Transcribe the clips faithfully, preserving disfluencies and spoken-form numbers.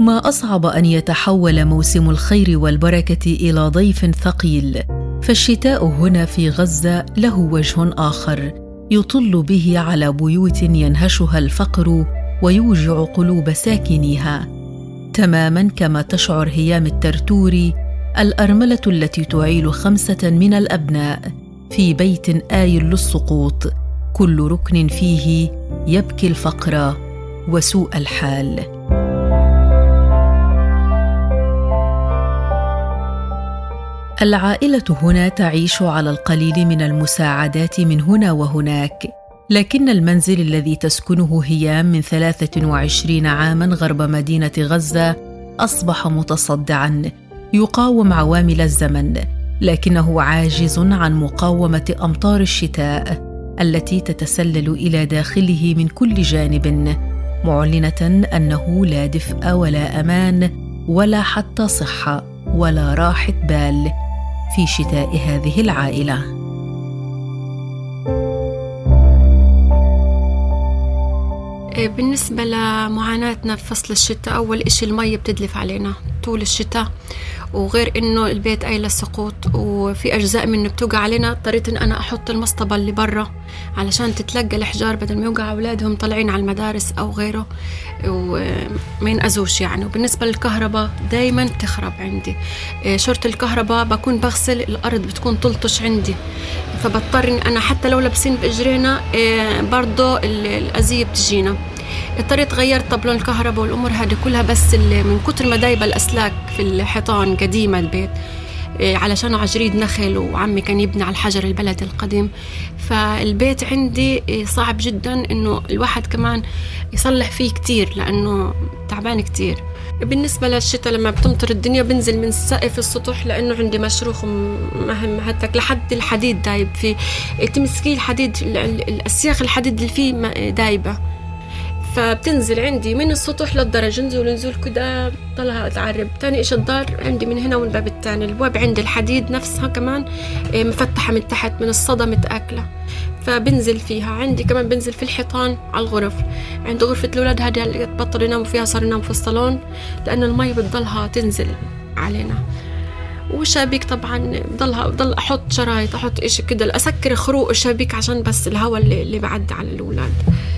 ما أصعب أن يتحول موسم الخير والبركة إلى ضيف ثقيل، فالشتاء هنا في غزة له وجه آخر يطل به على بيوت ينهشها الفقر ويوجع قلوب ساكنيها، تماماً كما تشعر هيام الترتوري الأرملة التي تعيل خمسة من الأبناء في بيت آيل للسقوط، كل ركن فيه يبكي الفقر وسوء الحال. العائلة هنا تعيش على القليل من المساعدات من هنا وهناك، لكن المنزل الذي تسكنه هيام من ثلاثة وعشرين عاماً غرب مدينة غزة أصبح متصدعاً يقاوم عوامل الزمن، لكنه عاجز عن مقاومة أمطار الشتاء التي تتسلل إلى داخله من كل جانب، معلنة أنه لا دفء ولا أمان ولا حتى صحة ولا راحة بال في شتاء هذه العائلة. بالنسبة لمعاناتنا في فصل الشتاء، أول إشي المية بتدلف علينا طول الشتاء، وغير إنه البيت أي للسقوط وفي أجزاء منه بتوقع علينا. اضطريت إن أنا أحط المصطبة اللي برا علشان تتلقى الحجار بدل ما يوقع أولادهم طالعين على المدارس أو غيره وما ينأذوش يعني. وبالنسبة للكهرباء دايما تخرب عندي، شرط الكهرباء بكون بغسل الأرض بتكون تلطش عندي، فبضطر إن أنا حتى لو لابسين بإجرينا برضو الأذية بتجينا. اضطريت غيرت طبلون الكهرباء والأمور هذه كلها، بس من كتر ما دايبة الأسلاك في الحيطان قديمة البيت علشان عجريد نخل، وعمي كان يبني على الحجر البلدي القديم، فالبيت عندي صعب جدا إنه الواحد كمان يصلح فيه كتير لأنه تعبان كتير. بالنسبة للشتاء لما بتمطر الدنيا بنزل من سقف السطح لأنه عندي مشروخ مهم هتك لحد الحديد دايب فيه، تمسكي الحديد الأسياخ الحديد اللي فيه دايبة، فبتنزل عندي من السطح للدرج، نزول نزول كده طلها تعرب. تاني إيش الدار عندي من هنا والباب التاني، الباب عندي الحديد نفسها كمان مفتحة من تحت من الصدى متأكلة، فبنزل فيها. عندي كمان بنزل في الحيطان على الغرف، عندي غرفة الأولاد هذه اللي بطل يناموا فيها صار ينام في الصالون لأن المي بتضلها تنزل علينا. وشابيك طبعا بضلها بضل أحط شرايط، أحط إيش كده أسكر خروق الشابيك عشان بس الهواء اللي, اللي بعد على الأولاد.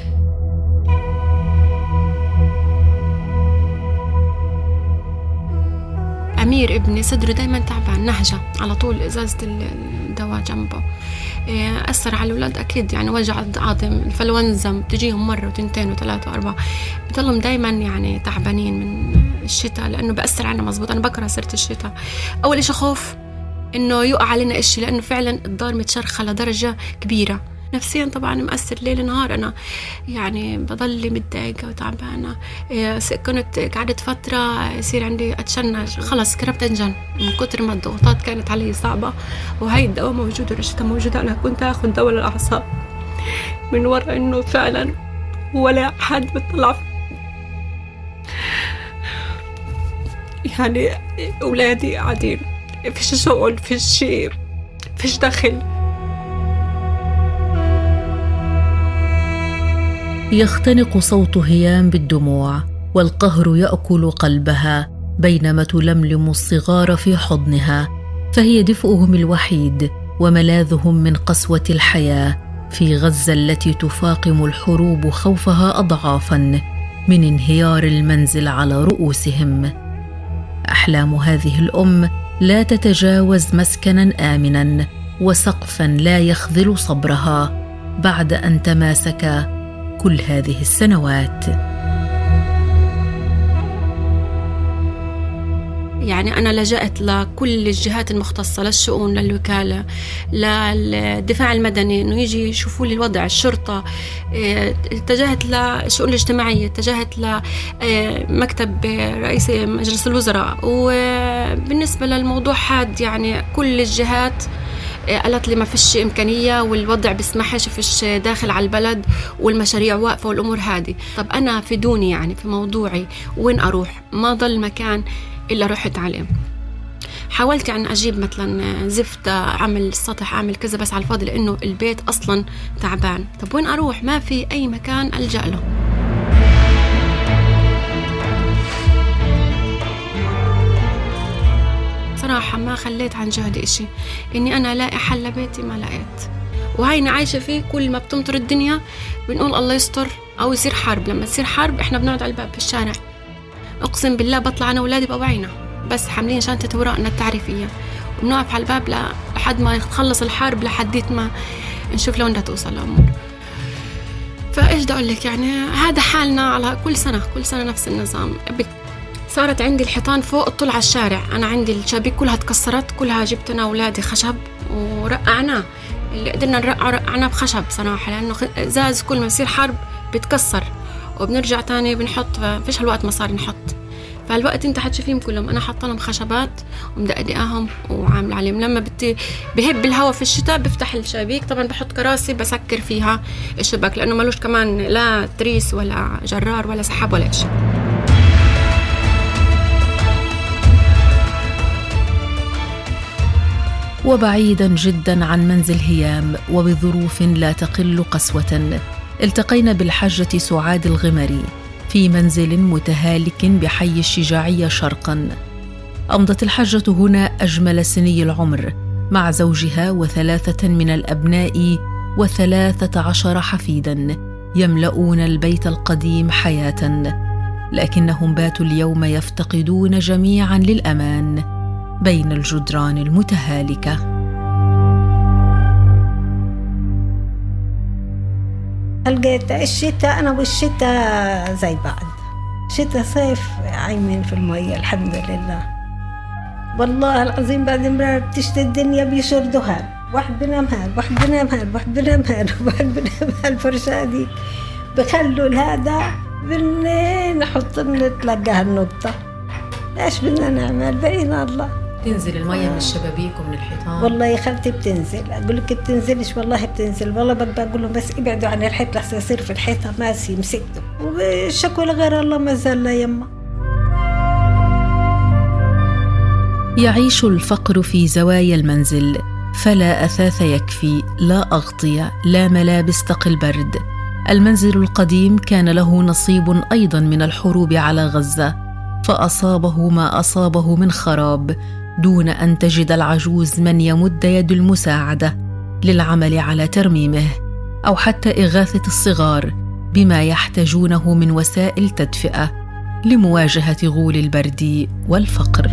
أمير ابني صدره دايما تعبان، نهجة على طول، إزازة الدواء جنبه، أثر على الأولاد أكيد يعني، وجع عظم، الفلونزا تجيهم مرة وتنتين وثلاثة وأربعة، بضلهم دايما يعني تعبانين من الشتاء لأنه بأثر علينا مزبوط. أنا بكره سيرة الشتاء، أول إشي خوف إنه يقع علينا إشي لأنه فعلا الدار متشرخة لدرجة كبيرة، نفسيا طبعا مأثر ليل نهار، أنا يعني بضل متضايقة وتعبانة. كنت قعدت فترة يصير عندي أتشنج، خلص كربت أنجن من كتر ما الضغوطات كانت علي صعبة، وهي الدواء موجودة والرشدة موجودة. أنا كنت أخذ دواء للأعصاب من وراء إنه فعلا ولا حد بيطلع يعني أولادي قاعدين فيش شغل، فيش فيش دخل. يختنق صوت هيام بالدموع والقهر يأكل قلبها بينما تلملم الصغار في حضنها، فهي دفئهم الوحيد وملاذهم من قسوة الحياة في غزة التي تفاقم الحروب خوفها أضعافاً من انهيار المنزل على رؤوسهم. أحلام هذه الأم لا تتجاوز مسكناً آمناً وسقفاً لا يخذل صبرها بعد أن تماسك كل هذه السنوات. يعني أنا لجأت لكل الجهات المختصة، للشؤون، للوكالة، للدفاع المدني إنه يجي يشوفوا لي الوضع، الشرطة، اتجهت للشؤون الاجتماعية، اتجهت لمكتب رئيس مجلس الوزراء. وبالنسبة للموضوع حاد يعني كل الجهات قالت لي ما فيش إمكانية والوضع بيسمحش، فيش داخل على البلد والمشاريع واقفة والأمور هذه. طب أنا في دوني يعني في موضوعي وين أروح؟ ما ضل مكان إلا رحت عليه. حاولت يعني أجيب مثلا زفت، أعمل السطح، أعمل كذا، بس على الفاضي لأنه البيت أصلا تعبان. طب وين أروح؟ ما في أي مكان ألجأ له. صراحة ما خليت عن جهدي إشي، إني أنا لاقي حل لبيتي ما لقيت، وهينا عايشة فيه. كل ما بتمطر الدنيا بنقول الله يستر أو يصير حرب. لما تصير حرب إحنا بنقعد على الباب في الشارع، أقسم بالله بطلع أنا وولادي بأوعينا بس حاملين شنطة أوراقنا التعريفية، وبنقف على الباب لحد ما تخلص الحرب، لحديت ما نشوف لوين بدها توصل الأمور. فإيش بدي أقول لك، يعني هذا حالنا على كل سنة كل سنة نفس النظام. صارت عندي الحيطان فوق الطول على الشارع، أنا عندي الشبابيك كلها تكسرت، كلها جبت أنا وولادي خشب ورقعناه، اللي قدرنا نرقع رقعناه بخشب صراحة، لأنه زاز كل ما يصير حرب بتكسر وبنرجع تاني بنحط، فيش هالوقت ما صار نحط. فالوقت انت حتشوفيهم كلهم انا حاطه لهم خشبات ومدقدقاهم وعامله عليهم. لما بدي بهب الهواء في الشتاء بفتح الشبابيك، طبعا بحط كراسي بسكر فيها الشباك لانه مالوش كمان لا تريس ولا جرار ولا سحاب ولا شيء. وبعيدا جدا عن منزل هيام وبظروف لا تقل قسوة، التقينا بالحجة سعاد الغمري في منزل متهالك بحي الشجاعية شرقا. أمضت الحجة هنا أجمل سني العمر مع زوجها وثلاثة من الأبناء وثلاثة عشر حفيدا يملؤون البيت القديم حياة، لكنهم باتوا اليوم يفتقدون جميعا للأمان بين الجدران المتهالكة. لقيت الشتاء أنا والشتاء زي بعض، شتاء صيف عايمين في المية الحمد لله. والله العظيم بعد ما بتشتي الدنيا بيشر دهان، واحد بنام هان واحد بنام هان واحد بنام هان واحد بنام هالفرشة دي، بخلوا هذا بنين نحط نتلقى هالنقطة. ايش بدنا نعمل؟ بقينا الله. تنزل المية من الشبابيك ومن الحيطان؟ والله يا خالتي بتنزل، اقول لك بتنزلش والله بتنزل، والله ببقى اقول لهم بس ابعدوا عن الحيط لحسن يصير في الحيطه ماسي مسكته، والشكوى لغير الله ما زال لا يما. يعيش الفقر في زوايا المنزل، فلا اثاث يكفي، لا اغطيه، لا ملابس تقي البرد. المنزل القديم كان له نصيب ايضا من الحروب على غزه، فاصابه ما اصابه من خراب دون أن تجد العجوز من يمد يد المساعدة للعمل على ترميمه أو حتى إغاثة الصغار بما يحتاجونه من وسائل تدفئة لمواجهة غول البرد والفقر.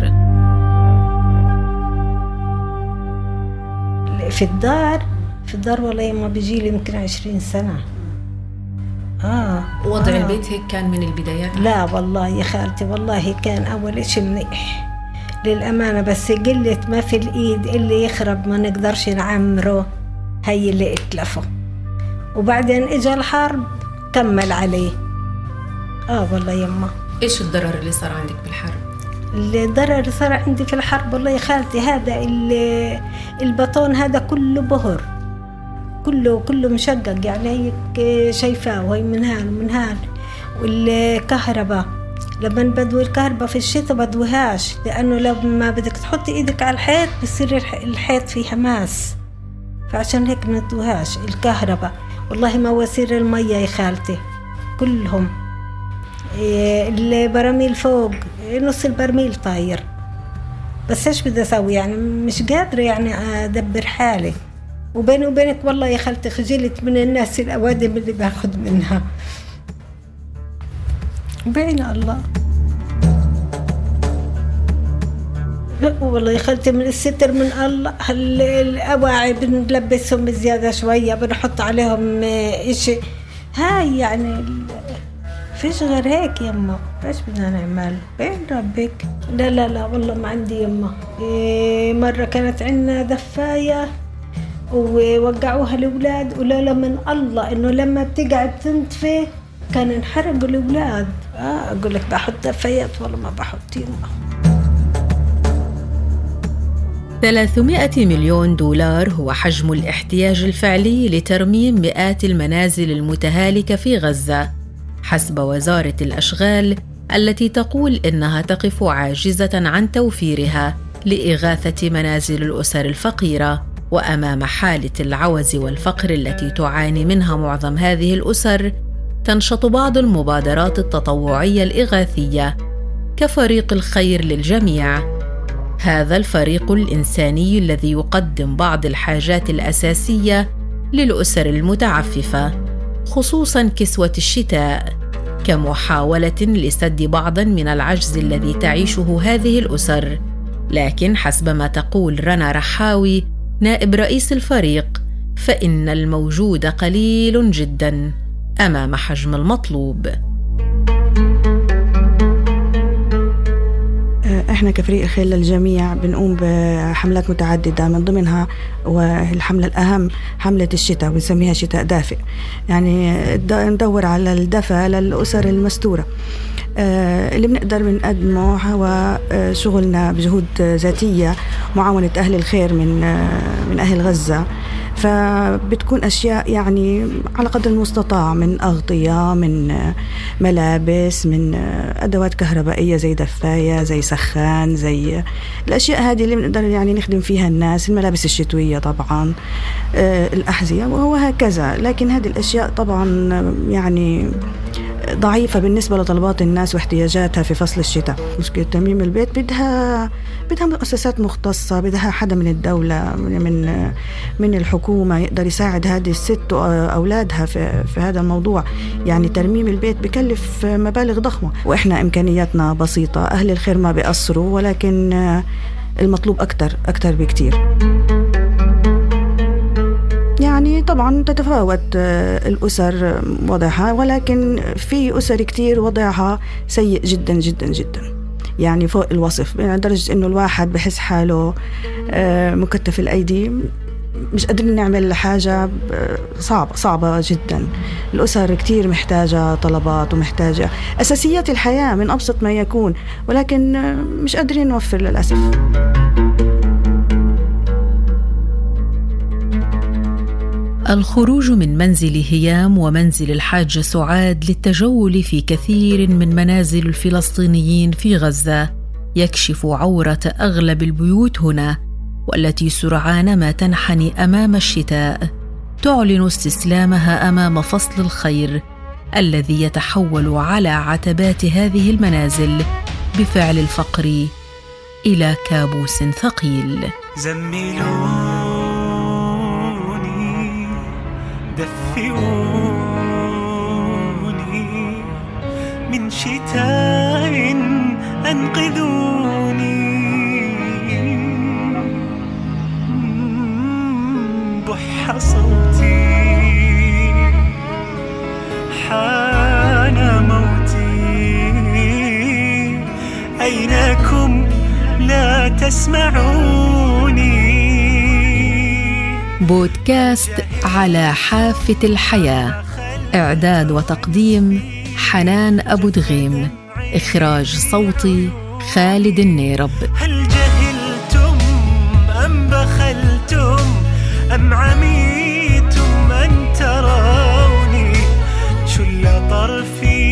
في الدار في الدار والله ما بيجي لي يمكن عشرين سنة. آه وضع آه. البيت هيك كان من البدايات؟ لا والله يا خالتي والله كان أول إشي منيح للأمانة، بس قلة ما في الإيد اللي يخرب ما نقدرش نعمره هي اللي اتلفوا، وبعدين إجا الحرب كمل عليه. آه والله يما. إيش الضرر اللي صار عندك بالحرب؟ الضرر اللي صار عندي في الحرب والله يا خالتي هذا البطون هذا كله بهر، كله كله مشقق، يعني هيك شايفاه وهي من هان ومن هان. والكهرباء لما بدوي الكهرباء في الشتاء بدوهاش، لأنه لما بدك تحطي إيدك على الحيط بصير الحيط فيها ماس، فعشان هيك ندوهاش الكهرباء. والله ما وسير المية يا خالتي كلهم، البراميل فوق نص البرميل طاير، بس إيش بدي أسوي يعني مش قادرة يعني أدبر حالي. وبيني وبينك والله يا خالتي خجلت من الناس الأوادم اللي باخد منها، بين الله. والله يا خالتي من الستر من الله. الأواعي بنلبسهم بزيادة شوية، بنحط عليهم إشي، هاي يعني فيش غير هيك يما. ايش بدنا نعمل؟ بين ربك. لا لا لا والله ما عندي يما. إيه مرة كانت عندنا دفاية ووقعوها الأولاد، ولا من الله إنه لما بتقعد تنطفي كان انحرقوا الأولاد. آه أقول لك بحط دفايات والله ما بحط يما. ثلاثمائة مليون دولار هو حجم الاحتياج الفعلي لترميم مئات المنازل المتهالكة في غزة حسب وزارة الأشغال، التي تقول إنها تقف عاجزة عن توفيرها لإغاثة منازل الأسر الفقيرة. وأمام حالة العوز والفقر التي تعاني منها معظم هذه الأسر، تنشط بعض المبادرات التطوعية الإغاثية كفريق الخير للجميع، هذا الفريق الإنساني الذي يقدم بعض الحاجات الأساسية للأسر المتعففة، خصوصاً كسوة الشتاء، كمحاولة لسد بعضاً من العجز الذي تعيشه هذه الأسر. لكن حسب ما تقول رنا رحاوي نائب رئيس الفريق، فإن الموجود قليل جداً أمام حجم المطلوب. احنا كفريق خيل للجميع بنقوم بحملات متعددة، من ضمنها والحملة الأهم حملة الشتاء، بنسميها شتاء دافئ، يعني ندور على الدفء للأسر المستورة. اللي بنقدر بنقدمه هو شغلنا بجهود ذاتية، معاونة أهل الخير من من أهل غزة، فبتكون أشياء يعني على قدر المستطاع، من أغطية، من ملابس، من أدوات كهربائية زي دفاية، زي سخان، زي الأشياء هذه اللي بنقدر يعني نخدم فيها الناس، الملابس الشتوية طبعا، الأحذية وهكذا. لكن هذه الأشياء طبعا يعني ضعيفة بالنسبة لطلبات الناس واحتياجاتها في فصل الشتاء. مشكلة ترميم البيت بدها بدها مؤسسات مختصة، بدها حدا من الدولة، من من الحكومة يقدر يساعد هذه الست وأولادها في في هذا الموضوع. يعني ترميم البيت بكلف مبالغ ضخمة، وإحنا إمكانياتنا بسيطة. أهل الخير ما بيقصروا، ولكن المطلوب أكتر أكتر بكتير. يعني طبعا تتفاوت الأسر وضعها، ولكن في أسر كتير وضعها سيء جدا جدا جدا، يعني فوق الوصف، لدرجة إنه الواحد بحس حاله مكتف الأيدي، مش قادرين نعمل حاجة، صعبة صعبة جدا. الأسر كتير محتاجة طلبات ومحتاجة أساسيات الحياة من أبسط ما يكون، ولكن مش قادرين نوفر للأسف. الخروج من منزل هيام ومنزل الحاجة سعاد للتجول في كثير من منازل الفلسطينيين في غزة يكشف عورة أغلب البيوت هنا، والتي سرعان ما تنحني أمام الشتاء، تعلن استسلامها أمام فصل الخير الذي يتحول على عتبات هذه المنازل بفعل الفقر إلى كابوس ثقيل. زملوني دفئوني من شتاء أنقذوني، بح صوتي حان موتي، أينكم لا تسمعوني. بودكاست على حافة الحياة، إعداد وتقديم حنان أبو دغيم، إخراج صوتي خالد النيرب. هل جهلتم أم بخلتم أم عميتم أن تروني شل طرفي